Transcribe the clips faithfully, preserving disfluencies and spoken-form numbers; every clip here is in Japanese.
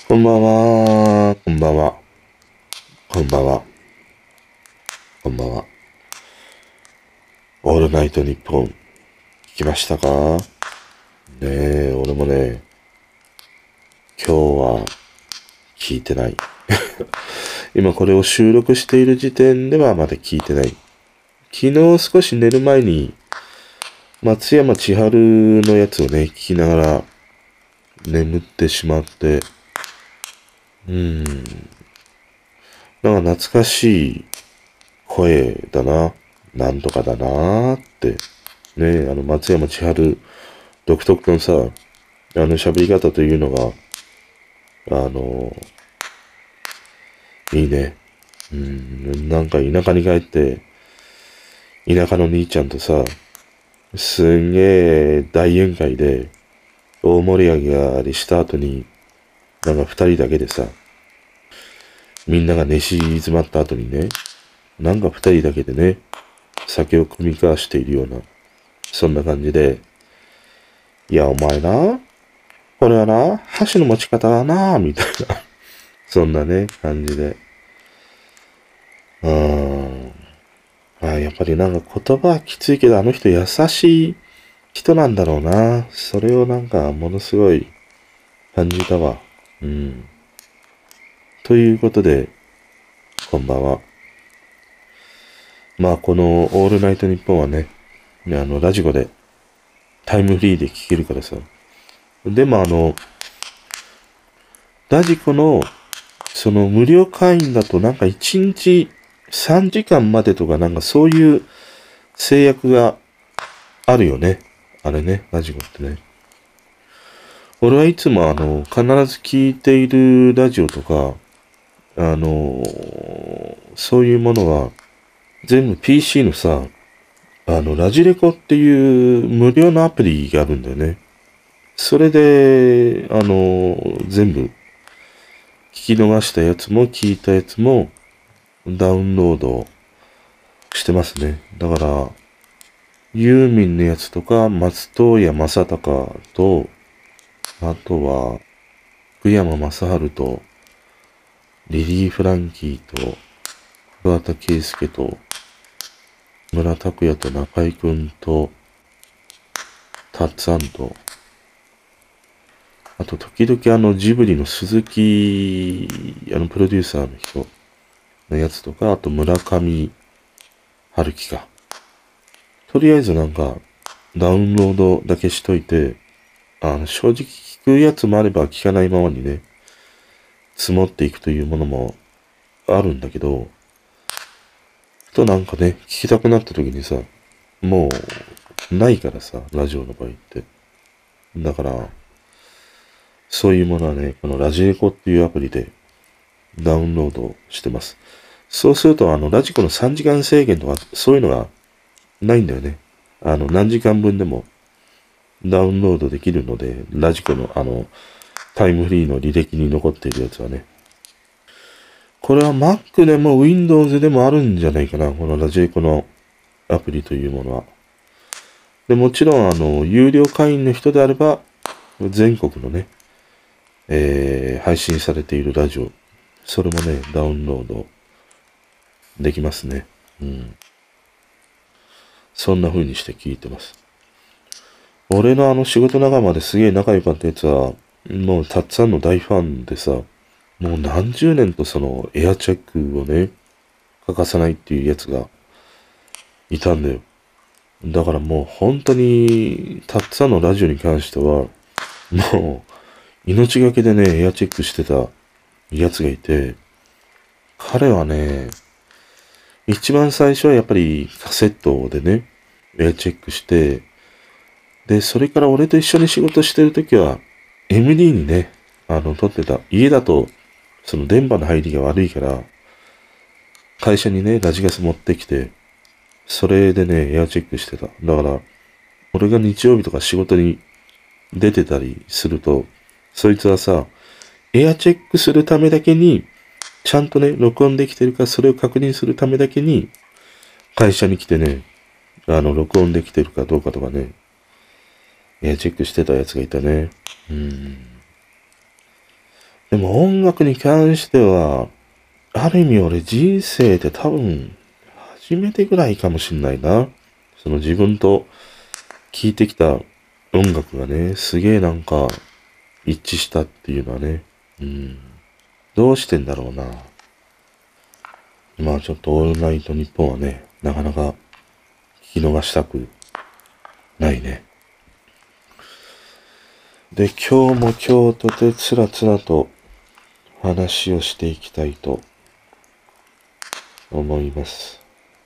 こんばんは、こんばんは、こんばんは、こんばんは。オールナイトニッポン、聞きましたか？ねえ、俺もね、今日は聞いてない。今これを収録している時点ではまだ聞いてない。昨日少し寝る前に、松山千春のやつをね、聞きながら眠ってしまって、うーん、なんか懐かしい声だな、なんとかだなーって。ねえ、あの松山千春独特のさ、あの喋り方というのが、あの、いいね。うん、なんか田舎に帰って、田舎の兄ちゃんとさ、すんげえ大宴会で大盛り上がりした後に、なんか二人だけでさ、みんなが寝静まった後にね、なんか二人だけでね、酒を酌み交わしているような、そんな感じで、いやお前な、これはな、箸の持ち方だな、みたいな、そんなね、感じで。うーん。ああ、やっぱりなんか言葉はきついけど、あの人優しい人なんだろうな。それをなんかものすごい感じたわ。うん。ということで、こんばんは。まあ、このオールナイトニッポンはね、あの、ラジコでタイムフリーで聞けるからさ。でもあの、ラジコの、その無料会員だとなんかいちにちさんじかんまでとかなんかそういう制約があるよね。あれね、ラジコってね。俺はいつもあの、必ず聞いているラジオとか、あの、そういうものは、全部 ピーシー のさ、あの、ラジレコっていう無料のアプリがあるんだよね。それで、あの、全部、聞き逃したやつも聞いたやつもダウンロードしてますね。だから、ユーミンのやつとか、松任谷正隆と、あとは、福山雅治と、リリー・フランキーと、桑田佳祐と、村拓也と中居くんと、タッツアンと、あと時々あのジブリの鈴木、あのプロデューサーの人のやつとか、あと村上春樹か。とりあえずなんか、ダウンロードだけしといて、あの、正直聞くやつもあれば聞かないままにね、積もっていくというものもあるんだけど、ふとなんかね、聞きたくなった時にさ、もう、ないからさ、ラジオの場合って。だから、そういうものはね、このラジエコっていうアプリでダウンロードしてます。そうすると、あの、ラジコのさんじかん制限とか、そういうのがないんだよね。あの、何時間分でもダウンロードできるので、ラジコの、あの、タイムフリーの履歴に残っているやつはね。これは Mac でも Windows でもあるんじゃないかな。このラジエコのアプリというものは。で、もちろん、あの、有料会員の人であれば、全国のね、えー、配信されているラジオ、それもね、ダウンロードできますね。うん。そんな風にして聞いてます。俺のあの仕事仲間ですげえ仲良かったやつは、もうたっつぁんの大ファンでさ、もう何十年とそのエアチェックをね、欠かさないっていうやつがいたんだよ。だからもう本当に、たっつぁんのラジオに関しては、もう、命がけでね、エアチェックしてたやつがいて、彼はね、一番最初はやっぱりカセットでね、エアチェックして、で、それから俺と一緒に仕事してるときは、エムディー にね、あの、撮ってた。家だと、その電波の入りが悪いから、会社にね、ラジガス持ってきて、それでね、エアチェックしてた。だから、俺が日曜日とか仕事に出てたりすると、そいつはさ、エアチェックするためだけに、ちゃんとね、録音できてるか、それを確認するためだけに、会社に来てね、あの、録音できてるかどうかとかね、エアチェックしてたやつがいたね。うん。 でも音楽に関しては、ある意味俺人生で多分、初めてぐらいかもしんないな。その自分と聴いてきた音楽がね、すげえなんか一致したっていうのはね、うん。どうしてんだろうな。まあちょっとオールナイトニッポンはね、なかなか聞き逃したくないね。で、今日も今日とてつらつらと話をしていきたいと思います。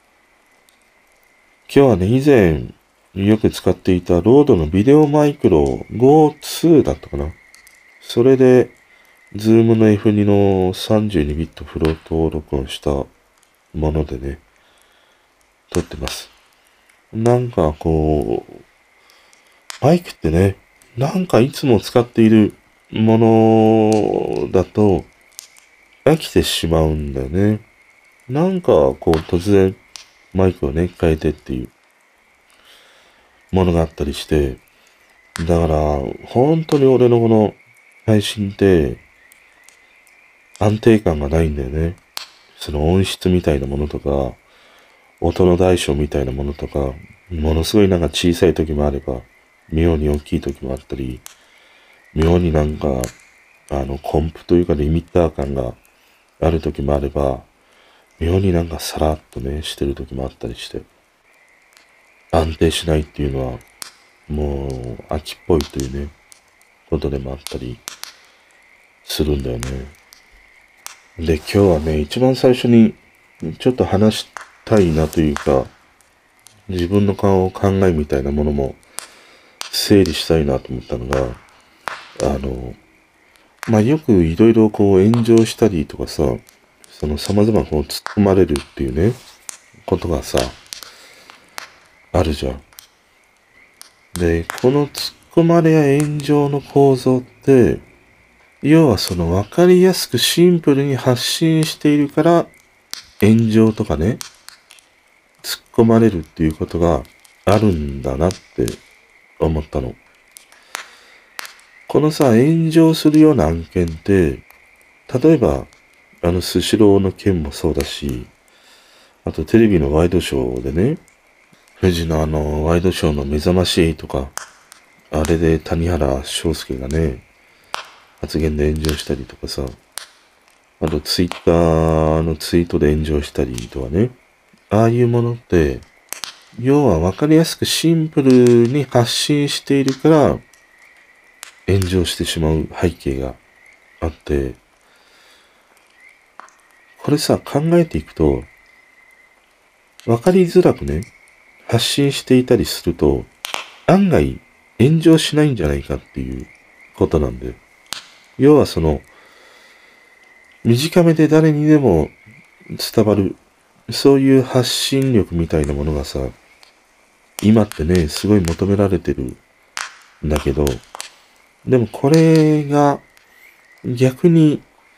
今日はね、以前よく使っていたロードのビデオマイクロ ゴーツー だったかな。それで、ズームの エフツー の さんじゅうにビットフロートを録音したものでね、撮ってます。なんかこう、マイクってね、なんかいつも使っているものだと飽きてしまうんだよね。なんかこう突然マイクをね、変えてっていうものがあったりして、だから本当に俺のこの配信って安定感がないんだよね。その音質みたいなものとか、音の大小みたいなものとか、ものすごいなんか小さい時もあれば、妙に大きい時もあったり、妙になんか、あの、コンプというかリミッター感がある時もあれば、妙になんかさらっとね、してる時もあったりして、安定しないっていうのは、もう、秋っぽいというね、ことでもあったりするんだよね。で、今日はね、一番最初に、ちょっと話したいなというか、自分の顔考えみたいなものも整理したいなと思ったのが、あの、まあ、よくいろいろこう炎上したりとかさ、その様々こう突っ込まれるっていうね、ことがさ、あるじゃん。で、この突っ込まれや炎上の構造って、要はその分かりやすくシンプルに発信しているから、炎上とかね、突っ込まれるっていうことがあるんだなって思ったの。このさ、炎上するような案件って、例えば、あのスシローの件もそうだし、あとテレビのワイドショーでね、富士のあのワイドショーの目覚ましいとか、あれで谷原章介がね、発言で炎上したりとかさ、あとツイッターのツイートで炎上したりとかね、ああいうものって、要は分かりやすくシンプルに発信しているから、炎上してしまう背景があって、これさ、考えていくと、分かりづらくね、発信していたりすると、案外炎上しないんじゃないかっていうことなんで。要はその、短めで誰にでも伝わる、そういう発信力みたいなものがさ、今ってね、すごい求められてるんだけど、でもこれが逆に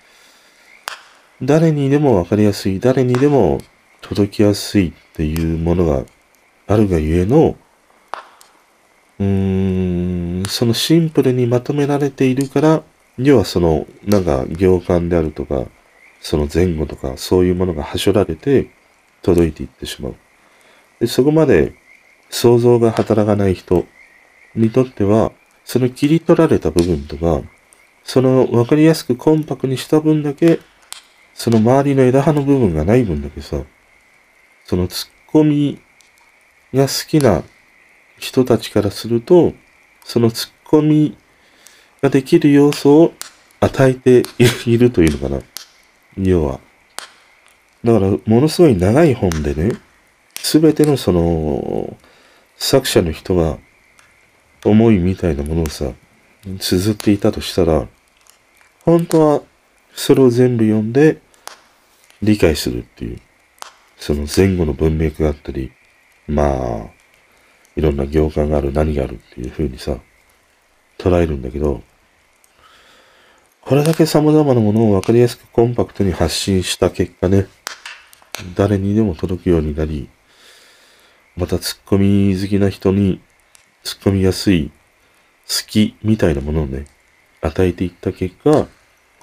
誰にでもわかりやすい、誰にでも届きやすいっていうものがあるがゆえの、うーん、そのシンプルにまとめられているから、要はその、なんか行間であるとか、その前後とか、そういうものがはしょられて届いていってしまう。で、そこまで想像が働かない人にとっては、その切り取られた部分とか、その分かりやすくコンパクトにした分だけ、その周りの枝葉の部分がない分だけさ、その突っ込みが好きな人たちからすると、その突っ込みができる要素を与えているというのかな。要は。だから、ものすごい長い本でね、すべてのその、作者の人が思いみたいなものをさ、綴っていたとしたら、本当はそれを全部読んで理解するっていう、その前後の文脈があったり、まあ、いろんな行間がある、何があるっていう風にさ、捉えるんだけど、これだけ様々なものを分かりやすくコンパクトに発信した結果ね、誰にでも届くようになり、また突っ込み好きな人に突っ込みやすい好きみたいなものをね、与えていった結果、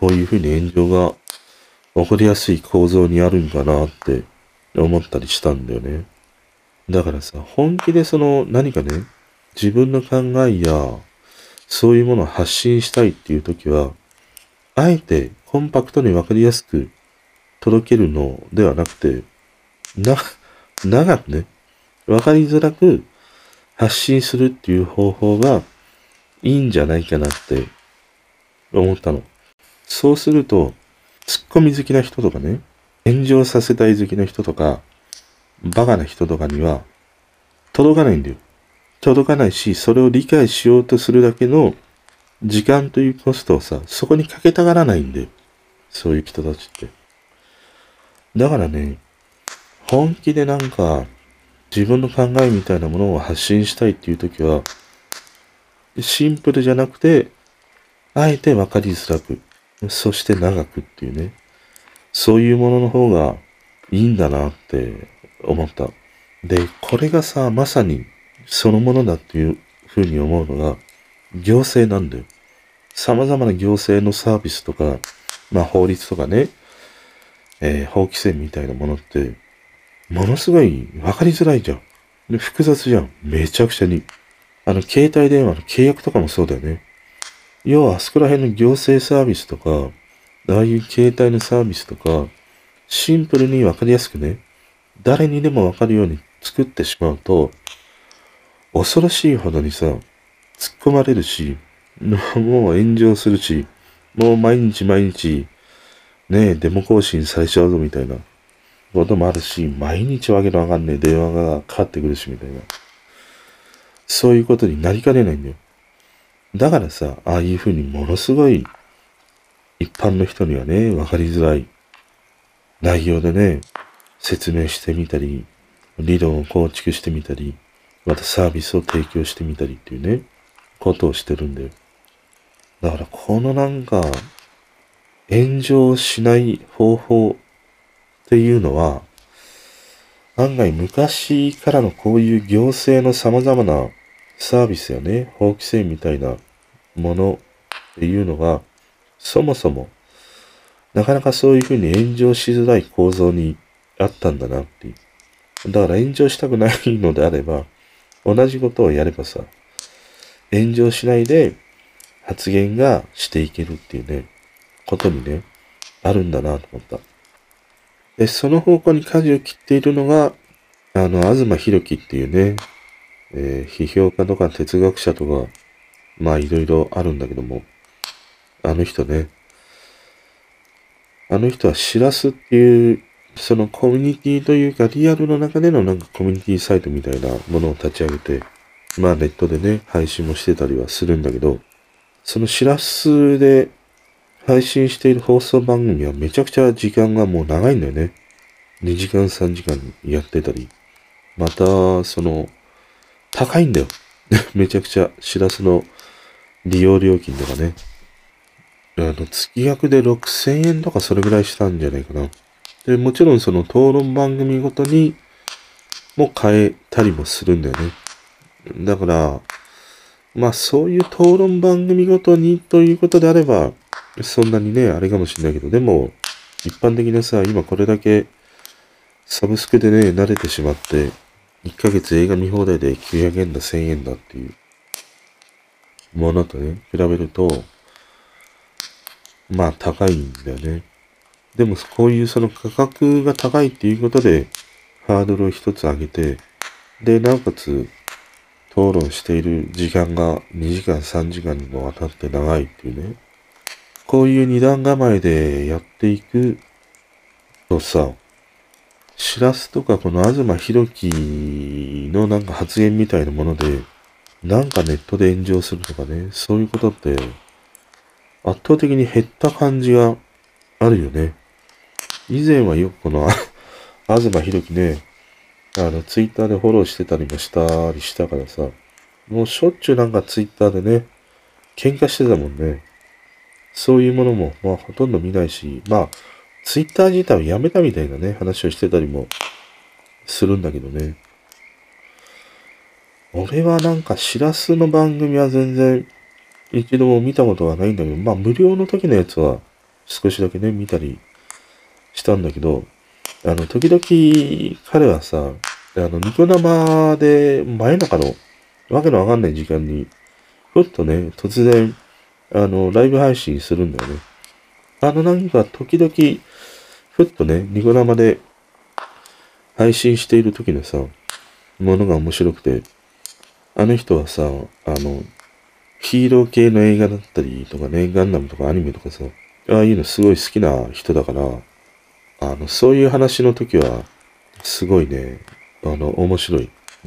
こういうふうに炎上が起こりやすい構造にあるんかなって思ったりしたんだよね。だからさ、本気でその何かね、自分の考えやそういうものを発信したいっていう時は、あえてコンパクトにわかりやすく届けるのではなくて、な、長くね、わかりづらく発信するっていう方法がいいんじゃないかなって思ったの。そうすると、ツッコミ好きな人とかね、炎上させたい好きな人とか、バカな人とかには届かないんだよ。届かないし、それを理解しようとするだけの時間というコストをさ、そこにかけたがらないんだよ。そういう人たちって。だからね、本気でなんか自分の考えみたいなものを発信したいっていう時は、シンプルじゃなくて、あえてわかりづらく、そして長くっていうね、そういうものの方がいいんだなって思った。で、これがさ、まさにそのものだっていうふうに思うのが、行政なんだよ。様々な行政のサービスとか、まあ法律とかね、えー、法規制みたいなものって、ものすごいわかりづらいじゃん。で、複雑じゃん。めちゃくちゃに。あの、携帯電話の契約とかもそうだよね。要は、あそこら辺の行政サービスとか、ああいう携帯のサービスとか、シンプルにわかりやすくね、誰にでもわかるように作ってしまうと、恐ろしいほどにさ、突っ込まれるし、もう炎上するし、もう毎日毎日、ねえ、デモ更新されちゃうぞみたいなこともあるし、毎日わけのわかんねえ電話がかかってくるしみたいな。そういうことになりかねないんだよ。だからさ、ああいうふうにものすごい一般の人にはね、わかりづらい内容でね、説明してみたり、理論を構築してみたり、またサービスを提供してみたりっていうね、ことをしてるんだよ。だからこのなんか、炎上しない方法っていうのは、案外昔からのこういう行政の様々なサービスやね、法規制みたいなものっていうのが、そもそも、なかなかそういうふうに炎上しづらい構造にあったんだなっていう。だから炎上したくないのであれば、同じことをやればさ、炎上しないで発言がしていけるっていうね、ことにね、あるんだなと思った。で、その方向に舵を切っているのが、あの、東博樹っていうね、えー、批評家とか哲学者とか、まあいろいろあるんだけども、あの人ね、あの人はしらすっていう、そのコミュニティというかリアルの中でのなんかコミュニティサイトみたいなものを立ち上げて、まあネットでね、配信もしてたりはするんだけど、そのしらすで配信している放送番組はめちゃくちゃ時間がもう長いんだよね。にじかんさんじかんやってたり。また、その、高いんだよ。めちゃくちゃ、しらすの利用料金とかね。あの、月額でろくせんえんとかそれぐらいしたんじゃないかな。で、もちろんその討論番組ごとにも変えたりもするんだよね。だから、まあそういう討論番組ごとにということであれば、そんなにね、あれかもしれないけど、でも、一般的なさ、今これだけサブスクでね、慣れてしまって、いっかげつ映画見放題できゅうひゃくえんだ、せんえんだっていうものとね、比べると、まあ高いんだよね。でもこういうその価格が高いっていうことで、ハードルを一つ上げて、で、なおかつ、討論している時間がにじかんさんじかんにもわたって長いっていうね。こういう二段構えでやっていくとさ、しらすとかこの東博樹のなんか発言みたいなもので、なんかネットで炎上するとかね、そういうことって圧倒的に減った感じがあるよね。以前はよくこの東博樹ね、あの、ツイッターでフォローしてたりもしたりしたからさ、もうしょっちゅうなんかツイッターでね、喧嘩してたもんね。そういうものも、まあほとんど見ないし、まあ、ツイッター自体をやめたみたいなね、話をしてたりもするんだけどね。俺はなんかしらすの番組は全然一度も見たことがないんだけど、まあ無料の時のやつは少しだけね、見たりしたんだけど、あの、時々彼はさ、あの、ニコ生で真夜中のわけのわかんない時間に、ふっとね、突然、あの、ライブ配信するんだよね。あの、なんか時々、ふっとね、ニコ生で配信している時のさ、ものが面白くて、あの人はさ、あの、ヒーロー系の映画だったりとかね、ガンダムとかアニメとかさ、ああいうのすごい好きな人だから、あの、そういう話の時は、すごいね、あの、面白い。うん。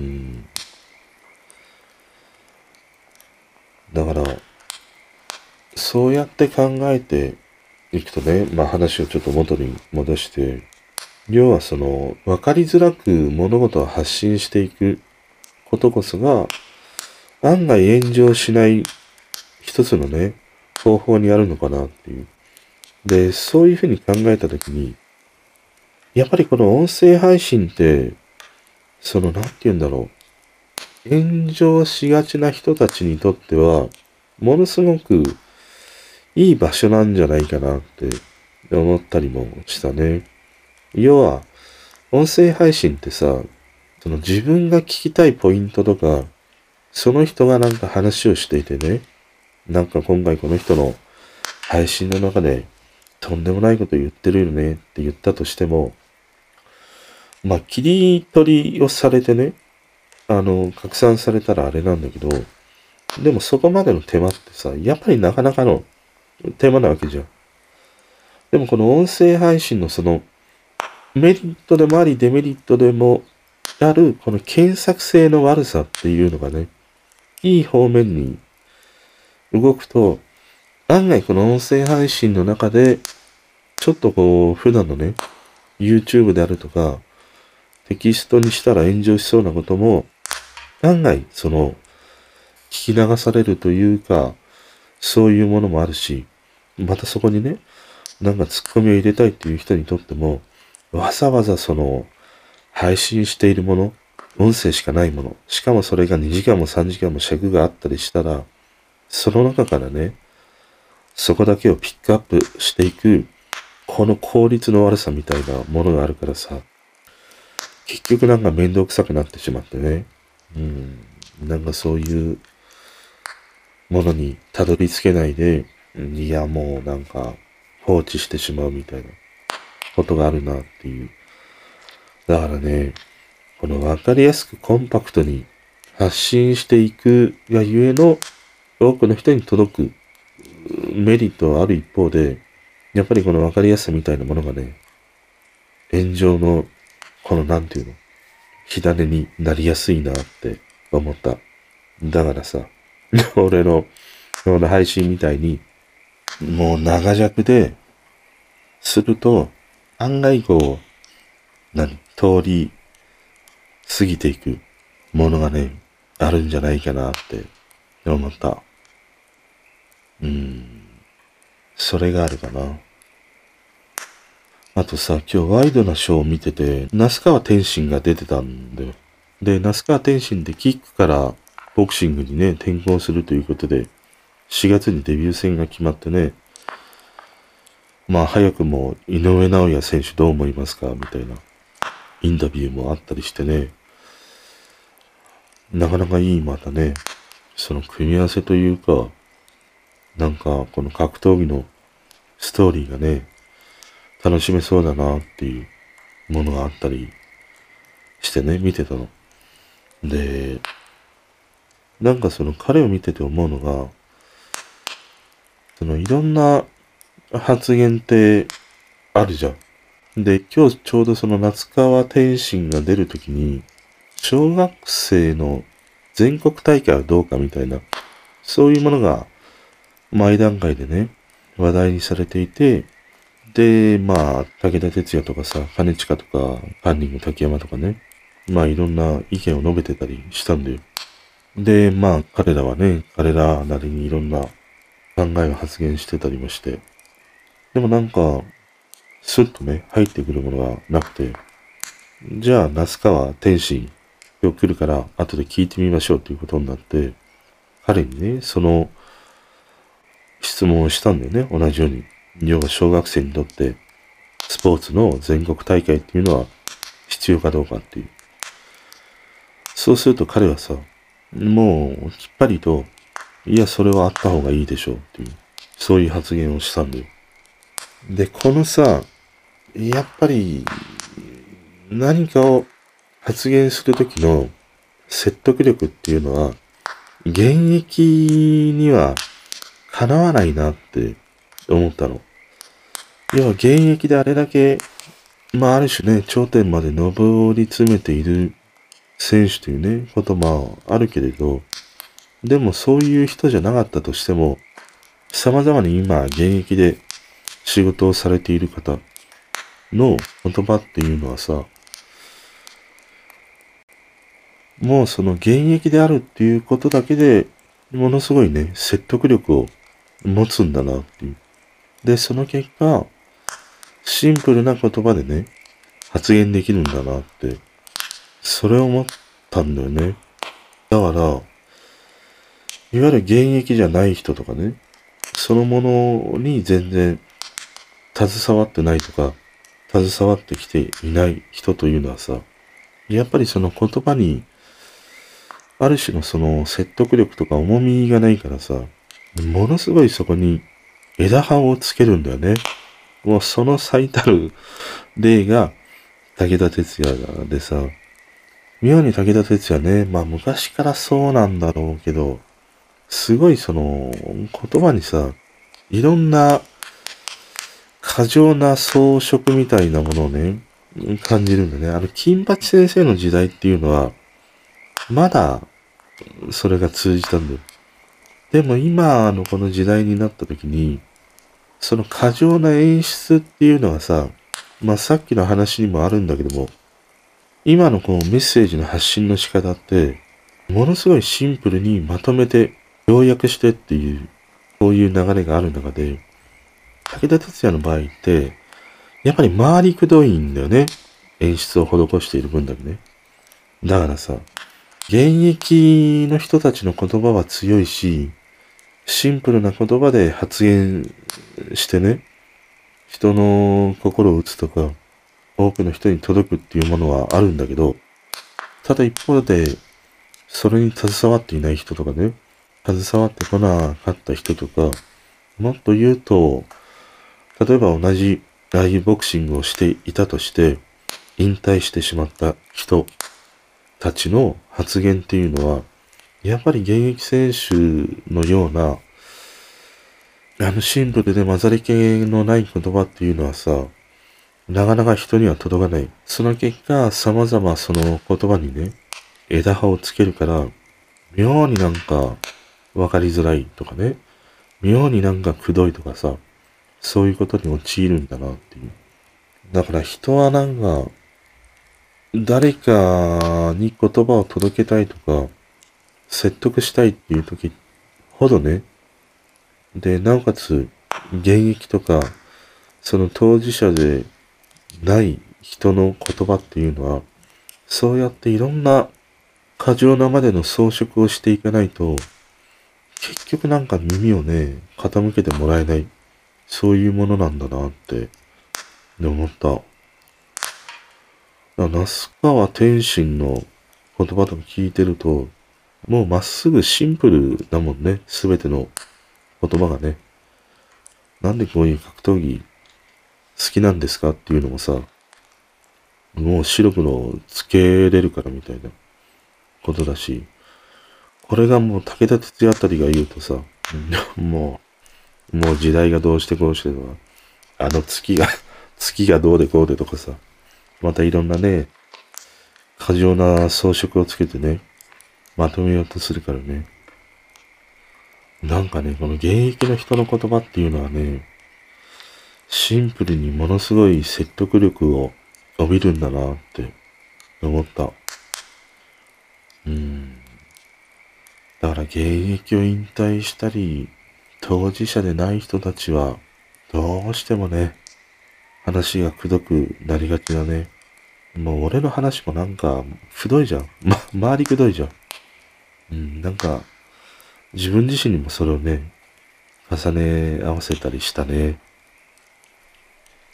だから、そうやって考えていくとね、まあ話をちょっと元に戻して、要はその、わかりづらく物事を発信していくことこそが、案外炎上しない一つのね、方法にあるのかなっていう。で、そういうふうに考えたときに、やっぱりこの音声配信って、その、なんて言うんだろう。炎上しがちな人たちにとっては、ものすごくいい場所なんじゃないかなって思ったりもしたね。要は、音声配信ってさ、その自分が聞きたいポイントとか、その人がなんか話をしていてね、なんか今回この人の配信の中でとんでもないこと言ってるよねって言ったとしても、まあ、切り取りをされてね、あの、拡散されたらあれなんだけど、でもそこまでの手間ってさ、やっぱりなかなかの手間なわけじゃん。でもこの音声配信のそのメリットでもありデメリットでもあるこの検索性の悪さっていうのがね、いい方面に動くと、案外この音声配信の中で、ちょっとこう、普段のね、YouTube であるとか、テキストにしたら炎上しそうなことも、案外、その、聞き流されるというか、そういうものもあるし、またそこにね、なんかツッコミを入れたいっていう人にとっても、わざわざその、配信しているもの、音声しかないもの、しかもそれがにじかんもさんじかんも尺があったりしたら、その中からね、そこだけをピックアップしていく、この効率の悪さみたいなものがあるからさ、結局なんか面倒くさくなってしまってね、うん、なんかそういうものにたどり着けないで、いやもうなんか放置してしまうみたいなことがあるなっていう。だからね、このわかりやすくコンパクトに発信していくがゆえの多くの人に届くメリットはある一方で、やっぱりこのわかりやすさみたいなものがね、炎上のこのなんていうの、火種になりやすいなって思った。だからさ、俺のこの配信みたいに、もう長尺で、すると、案外こう、何、通り過ぎていくものがね、あるんじゃないかなって思った。うーん、それがあるかな。あとさ、今日ワイドなショーを見てて、那須川天心が出てたんだよ。で、那須川天心ってキックからボクシングにね、転向するということで、しがつにデビュー戦が決まってね、まあ早くも井上尚弥選手どう思いますかみたいなインタビューもあったりしてね、なかなかいいまたね、その組み合わせというか、なんかこの格闘技のストーリーがね、楽しめそうだなっていうものがあったりしてね、見てたの。で、なんかその彼を見てて思うのが、そのいろんな発言ってあるじゃん。で、今日ちょうどその夏川天心が出るときに、小学生の全国大会はどうかみたいな、そういうものが前段階でね、話題にされていて、で、まあ、武田鉄矢とかさ、兼近とか、カンニング竹山とかね、まあいろんな意見を述べてたりしたんだよ。で、まあ彼らはね、彼らなりにいろんな考えを発言してたりもして、でもなんか、スッとね、入ってくるものがなくて、じゃあ、那須川天心、今日来るから後で聞いてみましょうということになって、彼にね、その質問をしたんだよね、同じように。 要は小学生にとってスポーツの全国大会っていうのは必要かどうかっていう。そうすると彼はさ、もうきっぱりと、いや、それはあった方がいいでしょうっていう、そういう発言をしたんだよ。で、このさ、やっぱり何かを発言するときの説得力っていうのは、現役にはかなわないなって思ったの。要は現役であれだけ、まあある種ね、頂点まで上り詰めている選手というね、こともあるけれど、でもそういう人じゃなかったとしても、様々に今現役で仕事をされている方の言葉っていうのはさ、もうその現役であるっていうことだけで、ものすごいね、説得力を持つんだなっていう。で、その結果、シンプルな言葉でね、発言できるんだなって、それを思ったんだよね。だから、いわゆる現役じゃない人とかね、そのものに全然携わってないとか、携わってきていない人というのはさ、やっぱりその言葉に、ある種のその説得力とか重みがないからさ、ものすごいそこに枝葉をつけるんだよね。もうその最たる例が武田鉄矢でさ、妙に武田鉄矢ね、まあ昔からそうなんだろうけど、すごいその言葉にさ、いろんな過剰な装飾みたいなものをね、感じるんだね。あの、金八先生の時代っていうのは、まだそれが通じたんだよ。でも今のこの時代になった時に、その過剰な演出っていうのはさ、まあさっきの話にもあるんだけども、今のこのメッセージの発信の仕方って、ものすごいシンプルにまとめて、要約してっていう、こういう流れがある中で、武田鉄矢の場合って、やっぱり回りくどいんだよね。演出を施している分だけね。だからさ、現役の人たちの言葉は強いし、シンプルな言葉で発言してね、人の心を打つとか、多くの人に届くっていうものはあるんだけど、ただ一方で、それに携わっていない人とかね、携わってこなかった人とか、もっと言うと、例えば同じライブボクシングをしていたとして、引退してしまった人たちの発言っていうのは、やっぱり現役選手のような、あのシンプルで混ざり気のない言葉っていうのはさ、なかなか人には届かない。その結果、様々その言葉にね、枝葉をつけるから、妙になんかわかりづらいとかね、妙になんかくどいとかさ、そういうことに陥るんだなっていう。だから人はなんか、誰かに言葉を届けたいとか、説得したいっていう時ほどね、で、なおかつ、現役とか、その当事者でない人の言葉っていうのは、そうやっていろんな過剰なまでの装飾をしていかないと、結局なんか耳をね、傾けてもらえない、そういうものなんだなって思った。那須川天心の言葉とか聞いてると、もうまっすぐシンプルだもんね、すべての言葉がね。なんでこういう格闘技好きなんですかっていうのもさ、もう白黒つけれるからみたいなことだし、これがもう武田鉄矢あたりが言うとさ、もう、もう時代がどうしてこうしてとか、あの月が月がどうでこうでとかさ、またいろんなね、過剰な装飾をつけてね、まとめようとするからね。なんかね、この現役の人の言葉っていうのはね、シンプルにものすごい説得力を帯びるんだなって思った。うん。だから現役を引退したり、当事者でない人たちは、どうしてもね、話がくどくなりがちだね。もう俺の話もなんか、くどいじゃん。ま、周りくどいじゃん。うん、なんか、自分自身にもそれをね、重ね合わせたりしたね。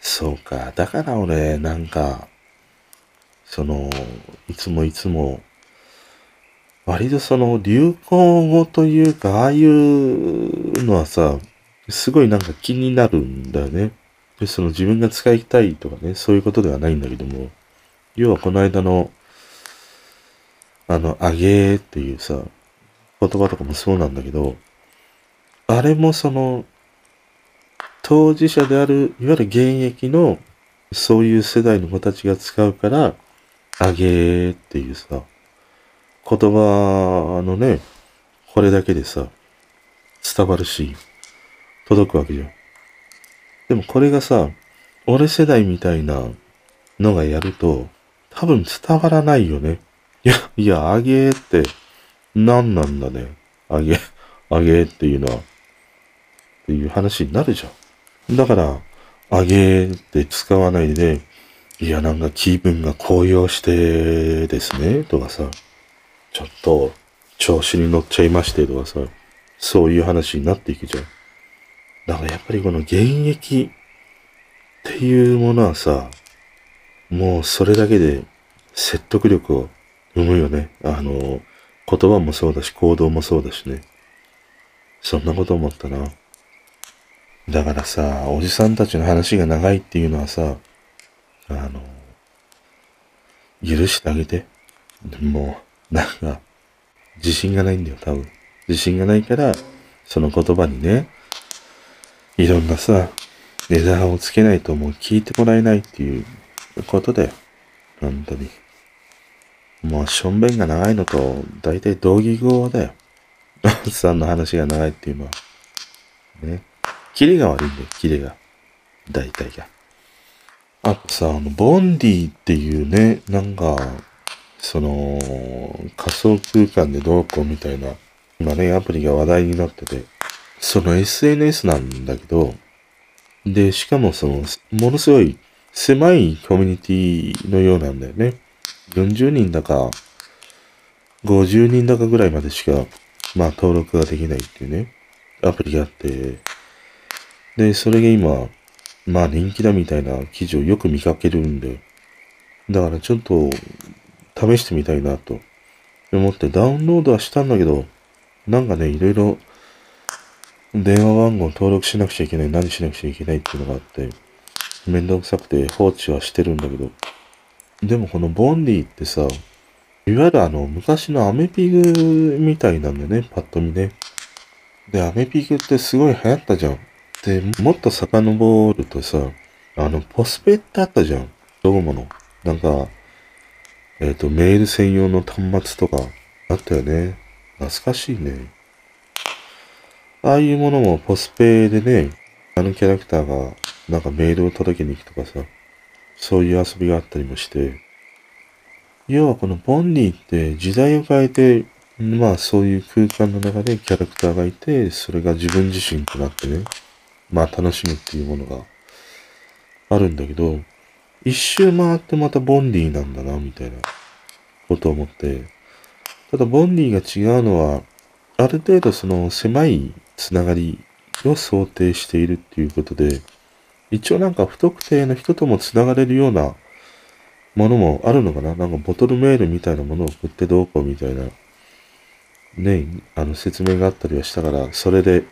そうか。だから俺、なんか、その、いつもいつも、割とその流行語というか、ああいうのはさ、すごいなんか気になるんだよね。で、その自分が使いたいとかね、そういうことではないんだけども、要はこの間の、あの、あげーっていうさ、言葉とかもそうなんだけど、あれもその、当事者である、いわゆる現役の、そういう世代の子たちが使うから、あげーっていうさ、言葉のね、これだけでさ、伝わるし、届くわけじゃん。でもこれがさ、俺世代みたいなのがやると、多分伝わらないよね。いや、いや、あげーって、何なんだね。あげ、あげーっていうのは、っていう話になるじゃん。だから、あげーって使わないで、いや、なんか気分が高揚してですね、とかさ、ちょっと調子に乗っちゃいましてとかさ、そういう話になっていくじゃん。だからやっぱりこの現役っていうものはさ、もうそれだけで説得力を生むよね。あの、言葉もそうだし、行動もそうだしね。そんなこと思ったな。だからさ、おじさんたちの話が長いっていうのはさ、あの、許してあげて。もう、なんか、自信がないんだよ、多分。自信がないから、その言葉にね、いろんなさ、値段をつけないともう聞いてもらえないっていうことだよ。本当に。もう、しょんべんが長いのと、大体同義語だよ。おっさんの話が長いっていうのは。ね。キレが悪いんだよ、キレが。大体が。あとさ、あの、ボンディっていうね、なんか、その、仮想空間でどうこうみたいな、今ね、アプリが話題になってて、その エスエヌエス なんだけど、で、しかもその、ものすごい狭いコミュニティのようなんだよね。よんじゅうにんだか、ごじゅうにんだかぐらいまでしか、まあ登録ができないっていうね、アプリがあって、で、それが今、まあ人気だみたいな記事をよく見かけるんで、だからちょっと試してみたいなと思ってダウンロードはしたんだけど、なんかね、いろいろ電話番号登録しなくちゃいけない、何しなくちゃいけないっていうのがあって、めんどくさくて放置はしてるんだけど、でもこのボンディってさ、いわゆるあの昔のアメピグみたいなんだよね、パッと見ね。で、アメピグってすごい流行ったじゃん。で、もっと遡るとさ、あの、ポスペってあったじゃん。ドコモの。なんか、えっと、メール専用の端末とかあったよね。懐かしいね。ああいうものもポスペでね、あのキャラクターがなんかメールを届けに行くとかさ、そういう遊びがあったりもして、要はこのボンディって時代を変えて、まあそういう空間の中でキャラクターがいて、それが自分自身となってね、まあ楽しむっていうものがあるんだけど、一周回ってまたボンディなんだな、みたいなことを思って、ただボンディが違うのは、ある程度その狭いつながりを想定しているっていうことで、一応なんか不特定の人ともつながれるようなものもあるのかな、なんかボトルメールみたいなものを送ってどうこうみたいな、ね、あの説明があったりはしたから、それで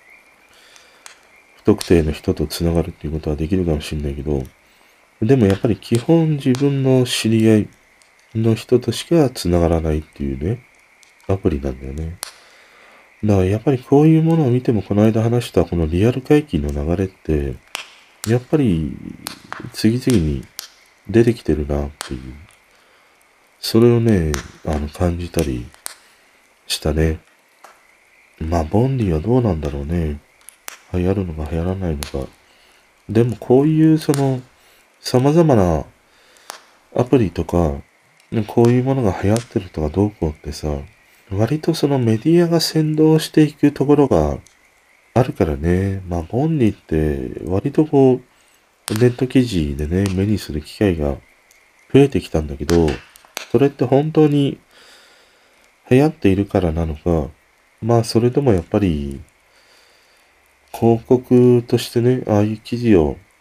不特定の人とつながるっていうことはできるかもしれないけど、でもやっぱり基本自分の知り合いの人としかつながらないっていうね、アプリなんだよね。だからやっぱりこういうものを見てもこの間話したこのリアル回帰の流れって、やっぱり次々に出てきてるなっていう。それをね、あの感じたりしたね。まあ、ボンディはどうなんだろうね。流行るのか流行らないのか。でもこういうその様々なアプリとか、こういうものが流行ってるとかどうこうってさ、割とそのメディアが先導していくところがあるからね。まあ、ボンディって割とこう、ネット記事でね、目にする機会が増えてきたんだけど、それって本当に流行っているからなのか、まあそれでもやっぱり広告としてね、ああいう記事を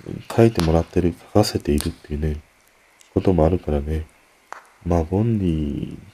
書いてもらってる、書かせているっていうね、こともあるからね。まあ、ボンディって、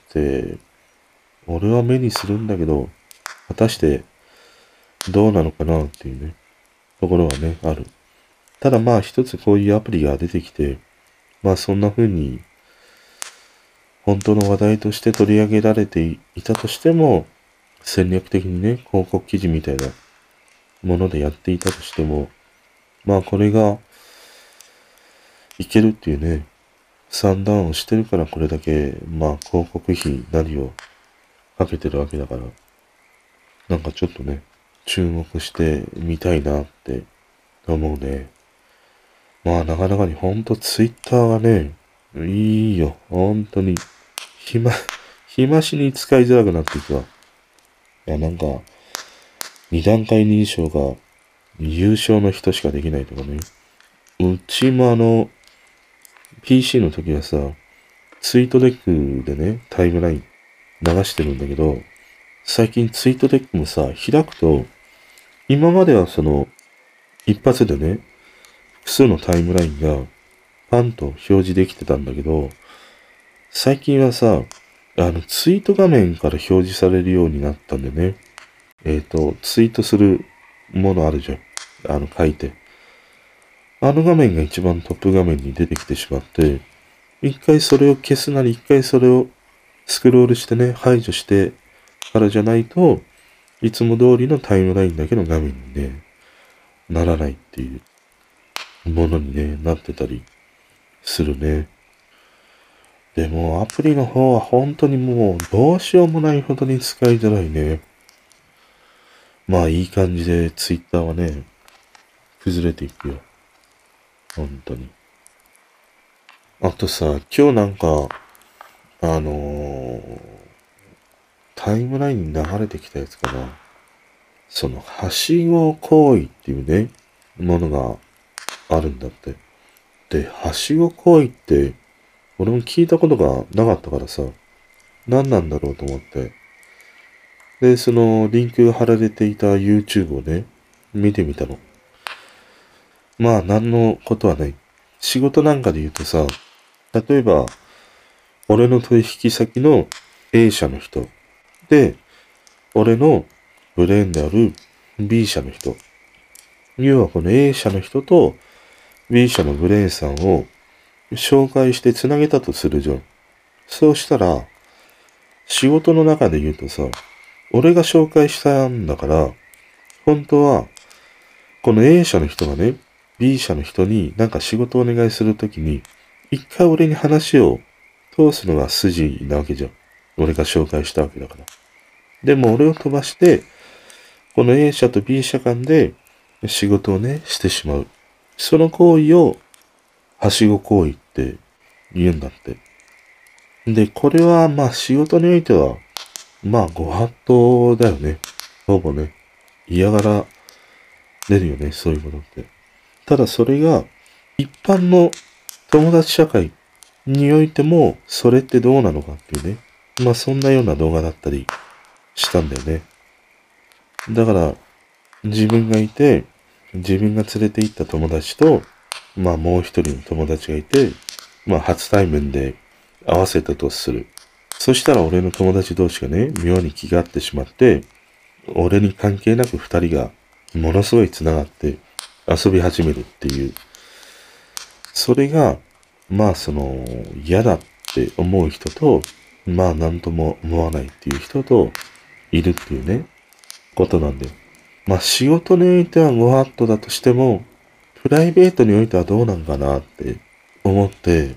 俺は目にするんだけど、果たしてどうなのかなっていうね、ところはね、ある。ただまあ一つこういうアプリが出てきて、まあそんな風に本当の話題として取り上げられていたとしても、戦略的にね、広告記事みたいなものでやっていたとしても、まあこれがいけるっていうね、算段をしてるからこれだけ、まあ広告費なりをかけてるわけだから、なんかちょっとね、注目してみたいなって思うね。まあなかなかにほんとツイッターがね、いいよ。本当に。暇、暇しに使いづらくなっていくわ。いやなんか、二段階認証が優勝の人しかできないとかね。うちもあの、ピーシー の時はさ、ツイートデックでね、タイムライン流してるんだけど、最近ツイートデックもさ、開くと、今まではその、一発でね、複数のタイムラインがパンと表示できてたんだけど、最近はさ、あの、ツイート画面から表示されるようになったんでね。えっと、ツイートするものあるじゃん。あの、書いて。あの画面が一番トップ画面に出てきてしまって、一回それを消すなり、一回それをスクロールしてね、排除してからじゃないと、いつも通りのタイムラインだけの画面にね、ならないっていうものにね、なってたりするね。でもアプリの方は本当にもうどうしようもないほどに使いづらいね。まあいい感じでツイッターはね、崩れていくよ。本当に。あとさ、今日なんか、あのー、タイムラインに流れてきたやつかな。その、はしご行為っていうね、ものがあるんだって。で、はしご行為って、俺も聞いたことがなかったからさ、何なんだろうと思って。で、その、リンク貼られていた YouTube をね、見てみたの。まあ、何のことはない。仕事なんかで言うとさ、例えば、俺の取引先の A 社の人で、俺のブレーンである B 社の人。要はこの A 社の人と B 社のブレーンさんを紹介してつなげたとするじゃん。そうしたら、仕事の中で言うとさ、俺が紹介したんだから、本当は、この A 社の人がね、B 社の人になんか仕事をお願いするときに、一回俺に話を通すのが筋なわけじゃん。俺が紹介したわけだから。でも俺を飛ばして、この A 社と B 社間で仕事をね、してしまう。その行為を、はしご行為って言うんだって。で、これはまあ仕事においては、まあご法度だよね。ほぼね。嫌がられるよね、そういうものって。ただそれが、一般の友達社会においても、それってどうなのかっていうね。まあそんなような動画だったりしたんだよね。だから、自分がいて、自分が連れて行った友達と、まあもう一人の友達がいて、まあ初対面で合わせたとする。そしたら俺の友達同士がね、妙に気が合ってしまって、俺に関係なく二人がものすごい繋がって遊び始めるっていう。それが、まあその嫌だって思う人と、まあなんとも思わないっていう人といるっていうね、ことなんだよ。まあ仕事においてはご法度だとしても、プライベートにおいてはどうなんかなって思って、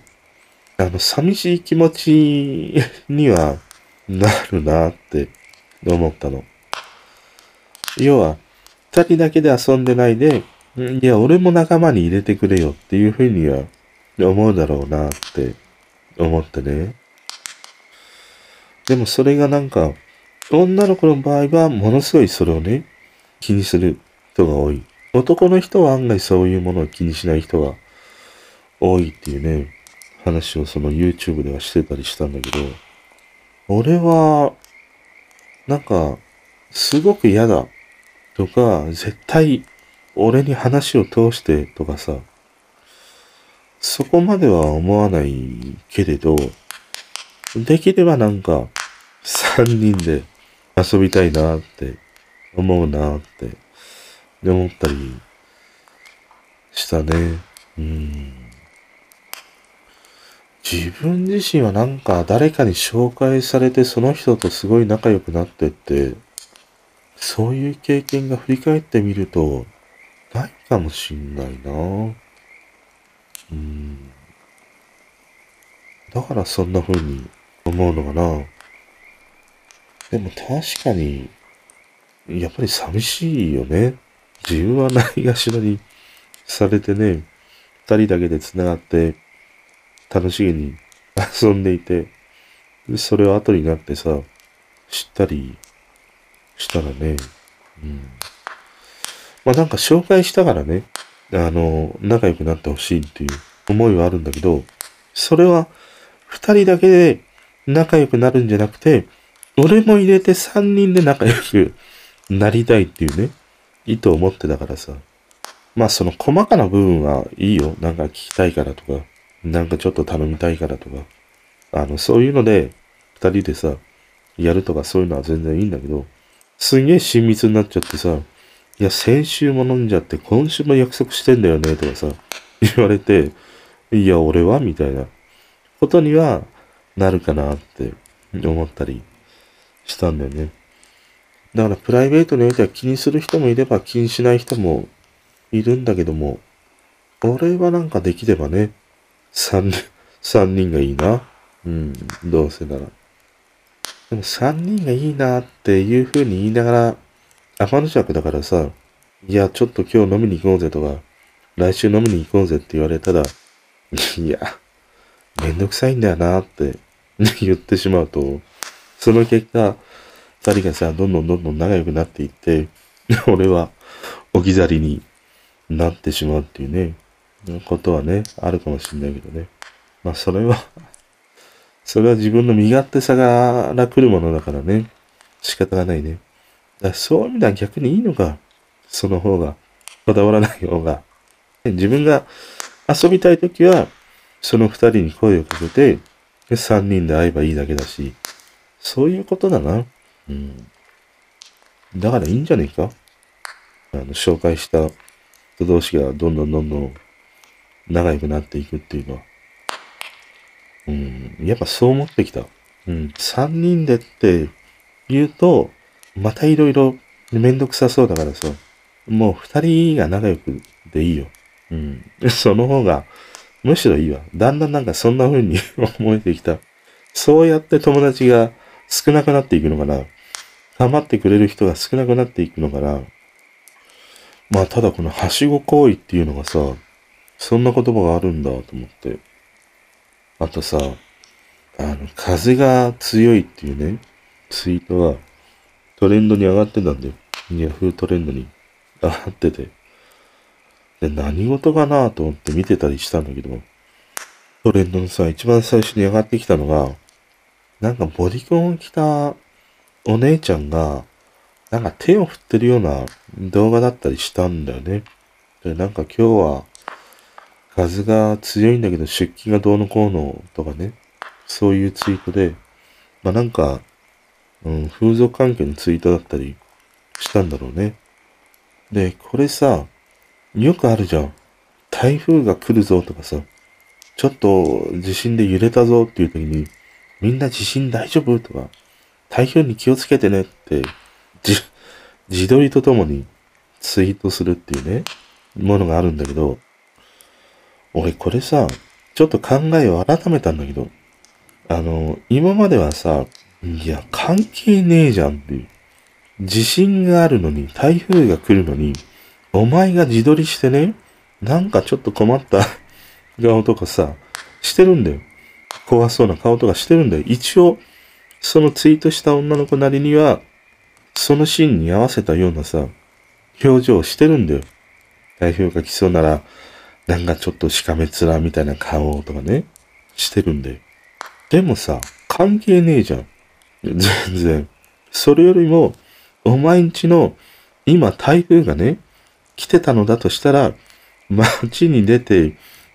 あの、寂しい気持ちにはなるなって思ったの。要は、二人だけで遊んでないで、いや、俺も仲間に入れてくれよっていうふうには思うだろうなって思ってね。でもそれがなんか、女の子の場合はものすごいそれをね、気にする人が多い。男の人は案外そういうものを気にしない人が多いっていうね、話をその YouTube ではしてたりしたんだけど、俺は、なんか、すごく嫌だとか、絶対俺に話を通してとかさ、 そこまでは思わないけれど、できればなんか、三人で遊びたいなって思うなって思ったりしたね。うん。自分自身はなんか誰かに紹介されてその人とすごい仲良くなってって、そういう経験が振り返ってみると、ないかもしんないな。うん。だからそんな風に思うのかな。でも確かに、やっぱり寂しいよね。自分はないがしろにされてね、二人だけで繋がって楽しげに遊んでいて、それを後になってさ、知ったりしたらね、うん。まあなんか紹介したからね、あの、仲良くなってほしいっていう思いはあるんだけど、それは二人だけで仲良くなるんじゃなくて、俺も入れて三人で仲良くなりたいっていうね、意図を持ってたからさ。まあその細かな部分はいいよ。なんか聞きたいからとか、なんかちょっと頼みたいからとか。あの、そういうので、二人でさ、やるとかそういうのは全然いいんだけど、すんげえ親密になっちゃってさ、いや、先週も飲んじゃって今週も約束してんだよね、とかさ、言われて、いや、俺はみたいなことにはなるかなって思ったりしたんだよね。だからプライベートにおいては気にする人もいれば気にしない人もいるんだけども、俺はなんかできればね、三人、三人がいいな。うん、どうせなら。でも三人がいいなっていう風に言いながら、天の弱だからさ、いや、ちょっと今日飲みに行こうぜとか、来週飲みに行こうぜって言われたら、いや、めんどくさいんだよなって言ってしまうと、その結果、二人がさ、どんどんどんどん仲良くなっていって、俺は置き去りになってしまうっていうね、ことはね、あるかもしれないけどね。まあ、それはそれは自分の身勝手さから来るものだからね、仕方がないね。だからそういう意味では逆にいいのか。その方が、こだわらない方が。自分が遊びたいときは、その二人に声をかけて、で、三人で会えばいいだけだし、そういうことだな。うん。だからいいんじゃねえか。あの、紹介した人同士がどんどんどんどん仲良くなっていくっていうのは。うん。やっぱそう思ってきた。うん。三人でって言うと、またいろいろめんどくさそうだからさ、もう二人が仲良くでいいよ。うん。その方が、むしろいいわ。だんだんなんかそんな風に思えてきた。そうやって友達が少なくなっていくのかな。構ってくれる人が少なくなっていくのかな。まあただこのはしご行為っていうのがさ、そんな言葉があるんだと思って。あとさ、あの、風が強いっていうね、ツイートはトレンドに上がってたんだよ。ヤフートレンドに上がってて。で、何事かなと思って見てたりしたんだけど、トレンドのさ、一番最初に上がってきたのが、なんかボディコンを着たお姉ちゃんが、なんか手を振ってるような動画だったりしたんだよね。で、なんか今日は風が強いんだけど出勤がどうのこうのとかね。そういうツイートで、まあなんか、うん、風俗関係のツイートだったりしたんだろうね。で、これさ、よくあるじゃん。台風が来るぞとかさ、ちょっと地震で揺れたぞっていう時に、みんな地震大丈夫とか、台風に気をつけてねって、じ、自撮りとともにツイートするっていうね、ものがあるんだけど、俺これさ、ちょっと考えを改めたんだけど、あの、今まではさ、いや、関係ねえじゃんっていう。地震があるのに、台風が来るのに、お前が自撮りしてね、なんかちょっと困った顔とかさ、してるんだよ。怖そうな顔とかしてるんだよ。一応、そのツイートした女の子なりには、そのシーンに合わせたようなさ、表情をしてるんだよ。台風が来そうなら、なんかちょっとしかめ面みたいな顔とかね、してるんだよ。でもさ、関係ねえじゃん。全然。それよりも、お前んちの、今台風がね、来てたのだとしたら、街に出て、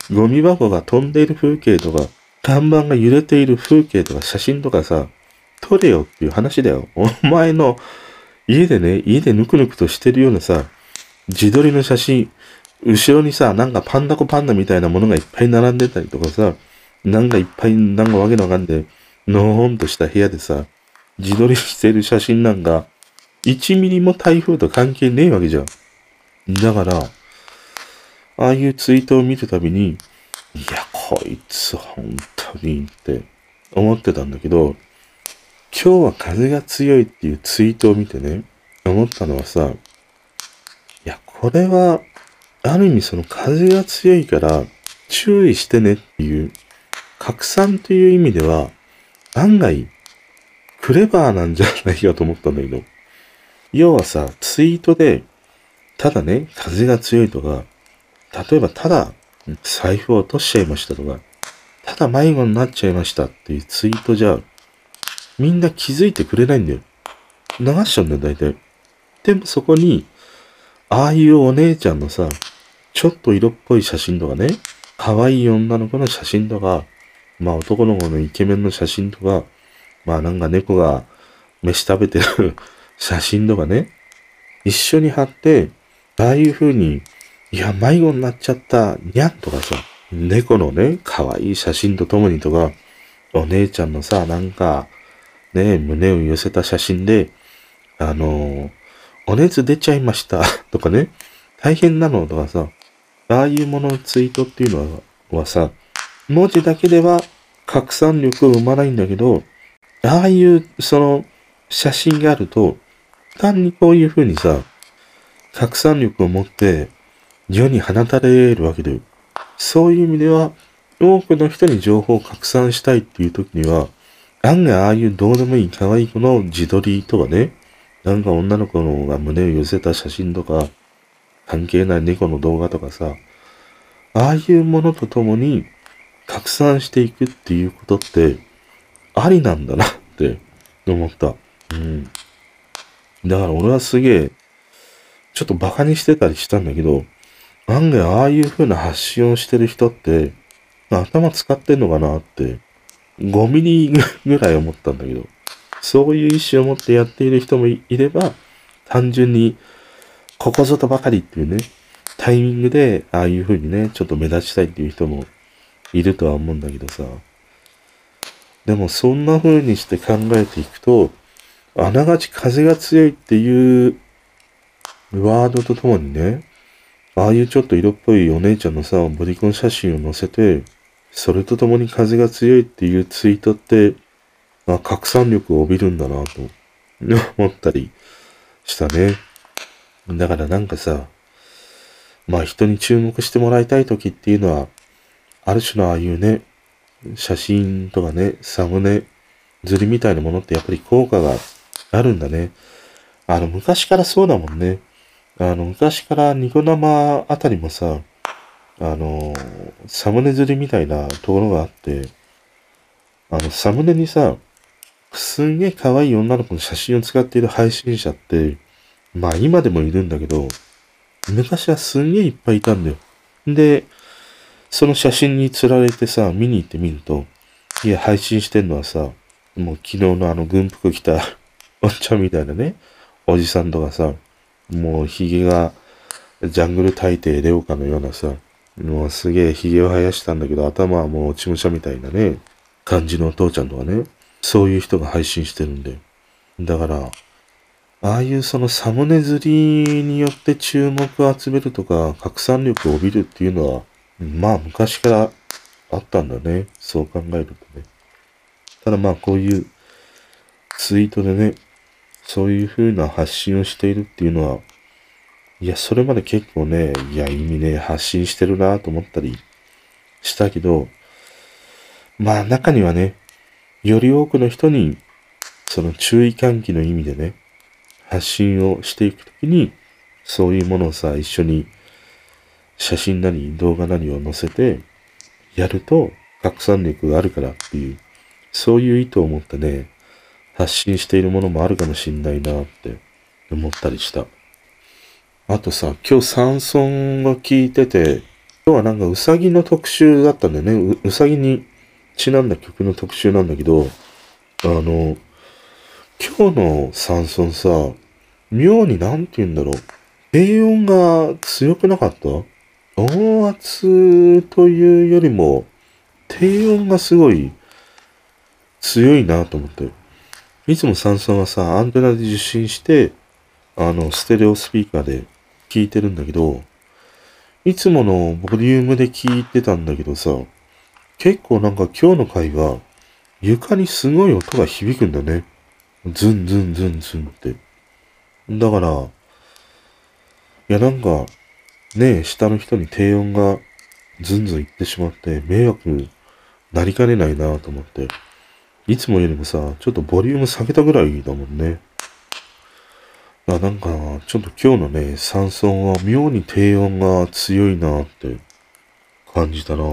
ゴミ箱が飛んでいる風景とか、看板が揺れている風景とか写真とかさ、撮れよっていう話だよ。お前の家でね、家でぬくぬくとしてるようなさ、自撮りの写真、後ろにさ、なんかパンダコパンダみたいなものがいっぱい並んでたりとかさ、なんかいっぱいなんかわけのわかんで、のーんとした部屋でさ、自撮りしてる写真なんか、いちミリも台風と関係ねえわけじゃん。だから、ああいうツイートを見るたびに、いや、こいつ本当にって思ってたんだけど、今日は風が強いっていうツイートを見てね、思ったのはさ、いや、これは、ある意味その風が強いから注意してねっていう、拡散という意味では、案外、クレバーなんじゃないかと思ったんだけど、要はさ、ツイートで、ただね、風が強いとか、例えばただ、財布を落としちゃいましたとか、ただ迷子になっちゃいましたっていうツイートじゃ、みんな気づいてくれないんだよ。流しちゃうんだよ、大体。でもそこに、ああいうお姉ちゃんのさ、ちょっと色っぽい写真とかね、可愛い女の子の写真とか、まあ男の子のイケメンの写真とか、まあなんか猫が飯食べてる写真とかね、一緒に貼って、ああいう風に、いや、迷子になっちゃった、にゃんとかさ、猫のね、可愛い写真とともにとか、お姉ちゃんのさ、なんか、ね、胸を寄せた写真で、あのー、お熱出ちゃいましたとかね、大変なのとかさ、ああいうもののツイートっていうのははさ、文字だけでは拡散力を生まないんだけど、ああいうその写真があると、単にこういう風にさ、拡散力を持って世に放たれるわけで、そういう意味では、多くの人に情報を拡散したいっていう時には、案外ああいうどうでもいい可愛い子の自撮りとかね、なんか女の子のが胸を寄せた写真とか、関係ない猫の動画とかさ、ああいうものとともに拡散していくっていうことって、ありなんだなって思った。うん。だから俺はすげえ、ちょっとバカにしてたりしたんだけど、案外ああいう風な発信をしてる人って、頭使ってんのかなって、ごミリぐらい思ったんだけど、そういう意思を持ってやっている人もいれば、単純に、ここぞとばかりっていうね、タイミングで、ああいう風にね、ちょっと目立ちたいっていう人もいるとは思うんだけどさ。でもそんな風にして考えていくと、あながち風が強いっていうワードとともにね、ああいうちょっと色っぽいお姉ちゃんのさ、ボディコン写真を載せて、それとともに風が強いっていうツイートって、あ、拡散力を帯びるんだなと思ったりしたね。だからなんかさ、まあ人に注目してもらいたい時っていうのは、ある種のああいうね、写真とかね、サムネ、釣りみたいなものってやっぱり効果があるんだね。あの、昔からそうだもんね。あの、昔からニコ生あたりもさ、あの、サムネ釣りみたいなところがあって、あの、サムネにさ、すんげえ可愛い女の子の写真を使っている配信者って、まあ今でもいるんだけど、昔はすんげえいっぱいいたんだよ。で、その写真に釣られてさ、見に行ってみると、いや、配信してんのはさ、もう昨日のあの軍服着たおっちゃんみたいなね、おじさんとかさ、もう髭がジャングル大帝レオカのようなさ、もうすげえ髭を生やしたんだけど、頭はもう落ち武者みたいなね、感じのお父ちゃんとかね、そういう人が配信してるんで。だから、ああいうそのサムネ釣りによって注目を集めるとか、拡散力を帯びるっていうのは、まあ昔からあったんだね。そう考えるとね。ただまあこういうツイートでね、そういう風な発信をしているっていうのは、いや、それまで結構ね、いや、意味ね、発信してるなと思ったりしたけど、まあ中にはね、より多くの人に、その注意喚起の意味でね、発信をしていくときに、そういうものをさ、一緒に写真なり動画なりを載せて、やると拡散力があるからっていう、そういう意図を持ってね、発信しているものもあるかもしんないなって思ったりした。あとさ、今日山村が聞いてて、 今日はなんかうさぎの特集だったんだよね。う、うさぎにちなんだ曲の特集なんだけど、あの、今日のサンソンさ、妙になんて言うんだろう。低音が強くなかった？音圧というよりも、低音がすごい強いなと思って。いつもサンソンはさ、アンテナで受信して、あの、ステレオスピーカーで聞いてるんだけど、いつものボリュームで聞いてたんだけどさ、結構なんか今日の回は、床にすごい音が響くんだね。ズンズンズンズンって。だから、いやなんか、ねえ、下の人に低音がズンズンいってしまって迷惑なりかねないなと思って。いつもよりもさ、ちょっとボリューム下げたぐらいだもんね。あ、なんか、ちょっと今日のね、サンソンは妙に低音が強いなって感じたな。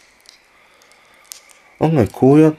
案外こうやって、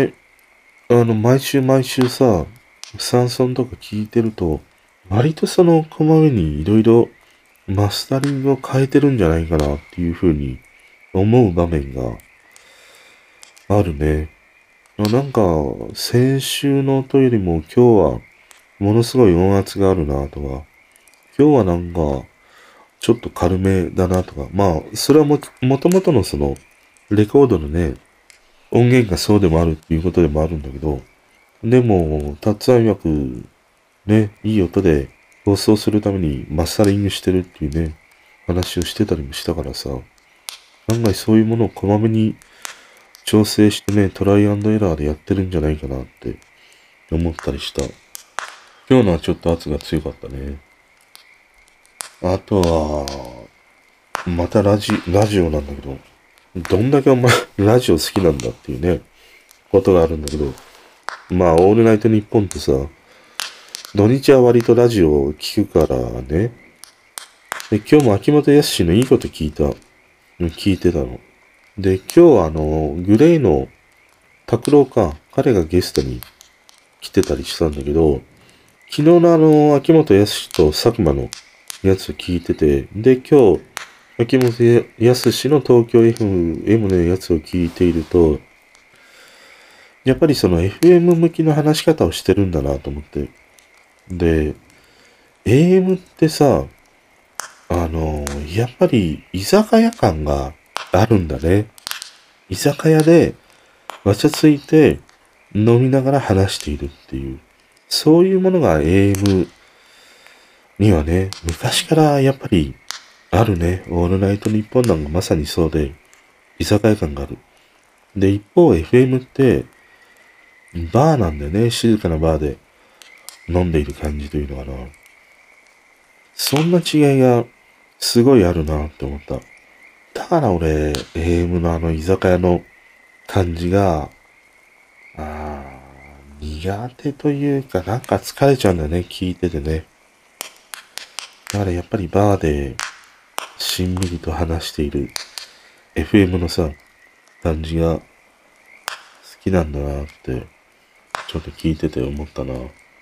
あの、毎週毎週さ、サンソンとか聞いてると、割とその、こまめにいろいろマスタリングを変えてるんじゃないかなっていうふうに思う場面があるね。なんか、先週の音よりも今日はものすごい音圧があるなとか、今日はなんか、ちょっと軽めだなとか、まあ、それはも、もともとのその、レコードのね、音源がそうでもあるっていうことでもあるんだけど、でも、タッツアイ曰く、ね、いい音で放送するためにマスタリングしてるっていうね、話をしてたりもしたからさ、案外そういうものをこまめに調整してね、トライアンドエラーでやってるんじゃないかなって思ったりした。今日のはちょっと圧が強かったね。あとは、またラジ、ラジオなんだけど、どんだけお前ラジオ好きなんだっていうね、ことがあるんだけど、まあ、オールナイトニッポンってさ、土日は割とラジオを聞くからね。で、今日も秋元康のいいこと聞いた、聞いてたの。で、今日あの、グレイの拓郎か、彼がゲストに来てたりしたんだけど、昨日のあの、秋元康と佐久間のやつを聞いてて、で、今日、秋元康の東京 エフエム のやつを聞いていると、やっぱりその エフエム 向きの話し方をしてるんだなと思って。で、エーエム ってさ、あの、やっぱり居酒屋感があるんだね。居酒屋で、わちゃついて飲みながら話しているっていう。そういうものが エーエム にはね、昔からやっぱりあるね。オールナイトニッポンなんかまさにそうで、居酒屋感がある。で、一方 エフエム って、バーなんだよね。静かなバーで飲んでいる感じというのかな。そんな違いがすごいあるなって思った。だから俺、エーエム のあの居酒屋の感じが、あー苦手というか、なんか疲れちゃうんだよね。聞いててね。だからやっぱりバーで、しんみりと話している エフエム のさ、感じが好きなんだなって、ちょっと聞いてて思ったな。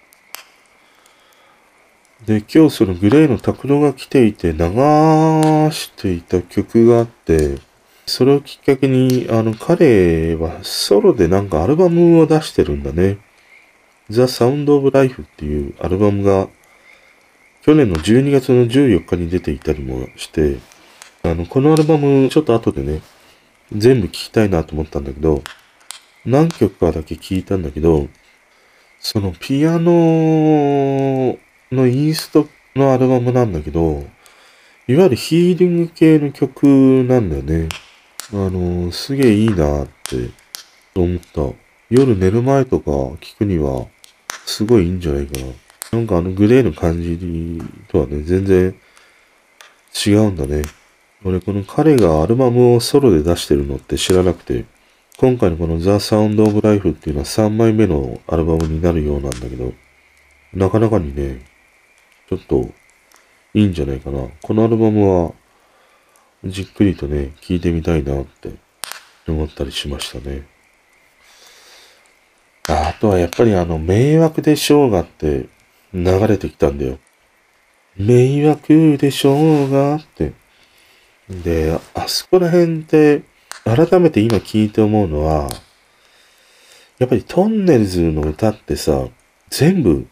で、今日そのグレーの拓郎が来ていて流していた曲があって、それをきっかけに、あの、彼はソロでなんかアルバムを出してるんだね。The Sound of Life っていうアルバムが去年のじゅうにがつのじゅうよっかに出ていたりもして、あの、このアルバムちょっと後でね、全部聴きたいなと思ったんだけど、何曲かだけ聴いたんだけど、そのピアノのインストのアルバムなんだけど、いわゆるヒーリング系の曲なんだよね。あの、すげえいいなって思った。夜寝る前とか聞くには、すごいいいんじゃないかな。なんかあのグレーの感じとはね、全然違うんだね。俺この彼がアルバムをソロで出してるのって知らなくて、今回のこの The Sound of Life っていうのはさんまいめのアルバムになるようなんだけど、なかなかにね、ちょっといいんじゃないかな。このアルバムはじっくりとね、聴いてみたいなって思ったりしましたね。あ、あとはやっぱりあの、迷惑でしょうがって流れてきたんだよ。迷惑でしょうがって。 で、あそこら辺って、改めて今聞いて思うのは、やっぱりトンネルズの歌ってさ、全部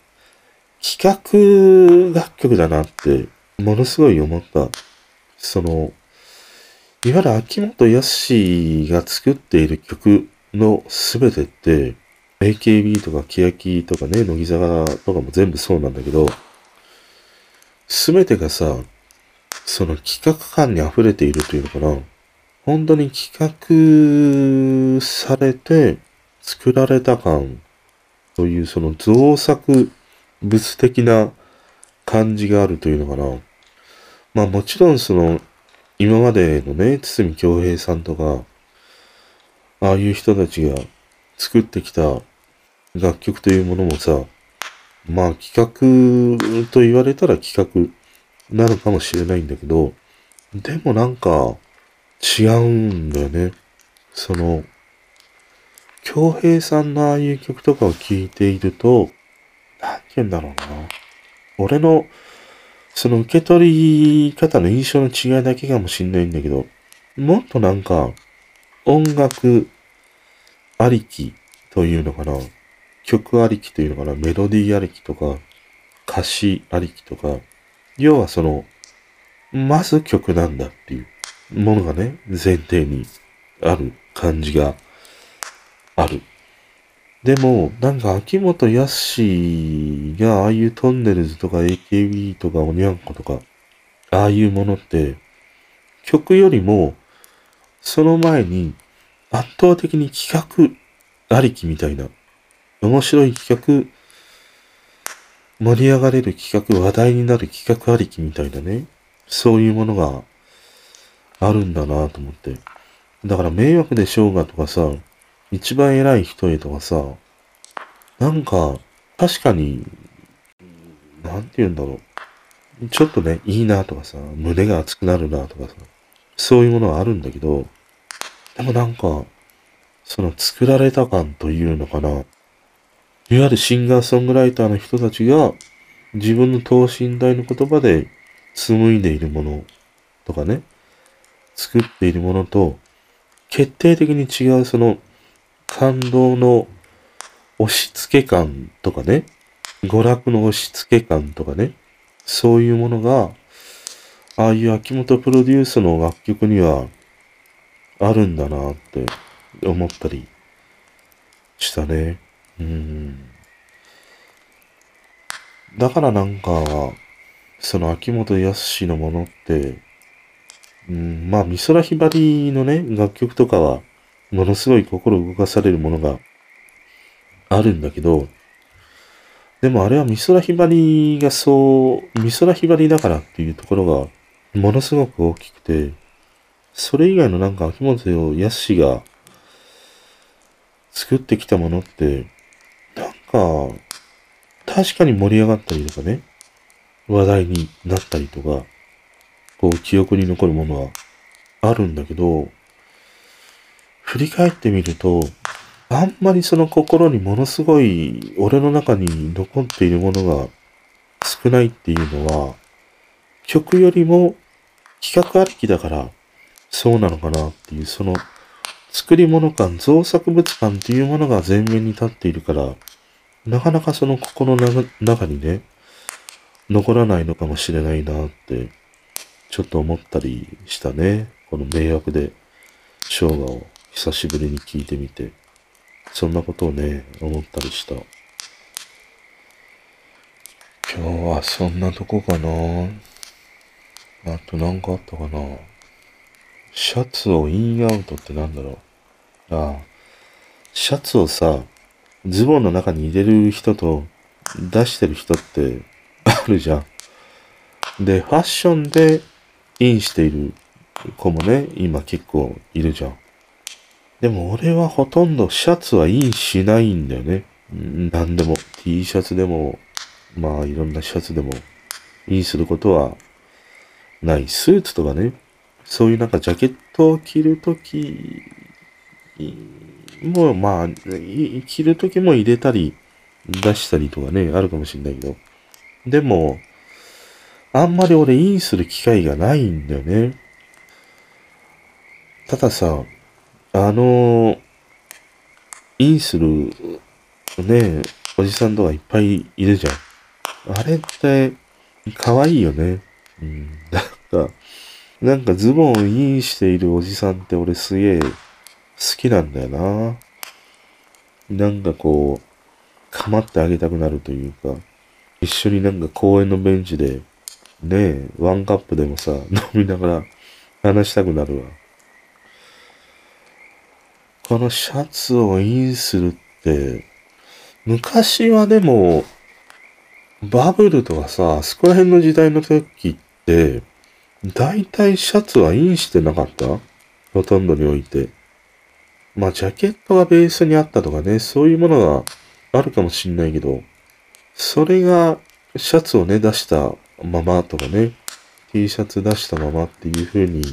企画楽曲だなって、ものすごい思った。その、いわゆる秋元康が作っている曲のすべてって、エーケービー とか欅とかね、乃木坂とかも全部そうなんだけど、すべてがさ、その企画感に溢れているというのかな。本当に企画されて作られた感というその造作物的な感じがあるというのかな。まあもちろんその今までのね、堤京平さんとか、ああいう人たちが作ってきた楽曲というものもさ、まあ企画と言われたら企画なのかもしれないんだけど、でもなんか違うんだよね。その、京平さんのああいう曲とかを聴いていると、なんて言うんだろうな。俺の、その受け取り方の印象の違いだけかもしんないんだけど、もっとなんか、音楽ありきというのかな。曲ありきというのかな。メロディーありきとか、歌詞ありきとか、要はその、まず曲なんだっていうものがね、前提にある感じがある。でも、なんか秋元康がああいうトンネルズとか エーケービー とかおにゃんことか、ああいうものって、曲よりも、その前に圧倒的に企画ありきみたいな、面白い企画、盛り上がれる企画、話題になる企画ありきみたいなね、そういうものがあるんだなと思って。だから迷惑でしょうがとかさ、一番偉い人へとかさ、なんか、確かに、なんて言うんだろう。ちょっとね、いいなとかさ、胸が熱くなるなとかさ、そういうものはあるんだけど、でもなんか、その作られた感というのかな。いわゆるシンガーソングライターの人たちが自分の等身大の言葉で紡いでいるものとかね、作っているものと決定的に違うその感動の押し付け感とかね、娯楽の押し付け感とかね、そういうものが、ああいう秋元プロデュースの楽曲にはあるんだなって思ったりしたね。うん。だからなんか、その秋元康のものって、うん、まあ美空ひばりのね、楽曲とかは、ものすごい心動かされるものがあるんだけど、でもあれは美空ひばりがそう、美空ひばりだからっていうところが、ものすごく大きくて、それ以外のなんか秋元康が作ってきたものって、なんか、確かに盛り上がったりとかね、話題になったりとか、こう記憶に残るものはあるんだけど、振り返ってみると、あんまりその心にものすごい俺の中に残っているものが少ないっていうのは、曲よりも企画ありきだからそうなのかなっていう、その作り物感、造作物感っていうものが前面に立っているから、なかなかその心の中にね、残らないのかもしれないなって、ちょっと思ったりしたね。この迷惑で生姜を久しぶりに聞いてみて、そんなことをね、思ったりした。今日はそんなとこかな。あとなんかあったかな。シャツをインアウトってなんだろう。ああ、シャツをさ、ズボンの中に入れる人と出してる人ってあるじゃん。で、ファッションでインしている子もね、今結構いるじゃん。でも俺はほとんどシャツはインしないんだよね。なんでも T シャツでも、まあいろんなシャツでもインすることはない。スーツとかね、そういうなんかジャケットを着るときもうまあ、着るときも入れたり出したりとかね、あるかもしれないけど。でも、あんまり俺インする機会がないんだよね。 たださ、あの、インする、ね、おじさんとかいっぱいいるじゃん。あれって、可愛いよね。うん。なんか、なんかズボンをインしているおじさんって俺すげえ好きなんだよな。なんかこう、構ってあげたくなるというか、一緒になんか公園のベンチで、ねえ、ワンカップでもさ、飲みながら話したくなるわ。このシャツをインするって、昔はでも、バブルとかさ、あそこら辺の時代の時って、大体シャツはインしてなかった？ほとんどにおいて。まあ、ジャケットがベースにあったとかね、そういうものがあるかもしんないけど、それがシャツをね、出したままとかね、T シャツ出したままっていう風に、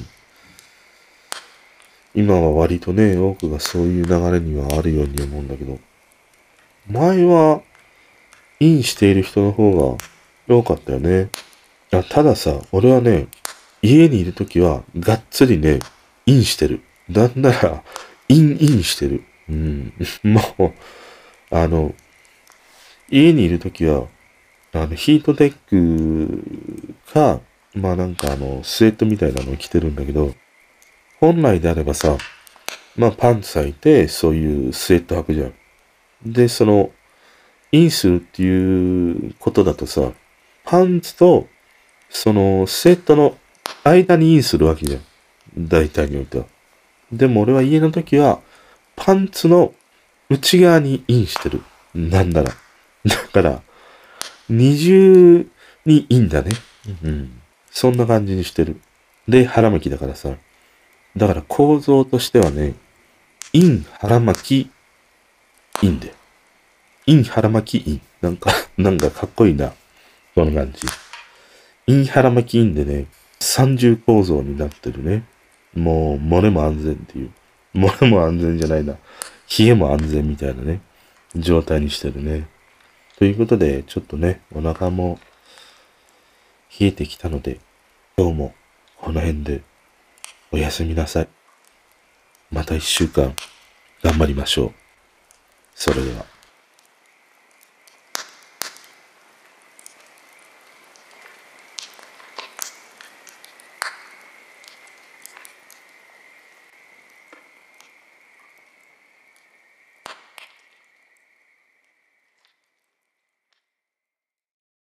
今は割とね、多くがそういう流れにはあるように思うんだけど、前はインしている人の方が多かったよね。あ、たださ、俺はね、家にいるときはがっつりね、インしてる。なんなら、インインしてる。うん。もう、あの、家にいるときは、あの、ヒートテックか、まあなんかあの、スウェットみたいなのを着てるんだけど、本来であればさ、まあパンツ履いて、そういうスウェット履くじゃん。で、その、インするっていうことだとさ、パンツと、その、スウェットの間にインするわけじゃん。大体においては。でも俺は家の時は、パンツの内側にインしてる。なんなら。だから、二重にインだね。うん。そんな感じにしてる。で、腹巻きだからさ。だから構造としてはね、イン、腹巻き、インで。イン、腹巻き、イン。なんか、なんかかっこいいな。この感じ。イン、腹巻き、インでね、三重構造になってるね。もう、漏れも安全っていう。漏れも安全じゃないな。冷えも安全みたいなね、状態にしてるね。ということで、ちょっとね、お腹も冷えてきたので、今日もこの辺でおやすみなさい。また一週間頑張りましょう。それでは。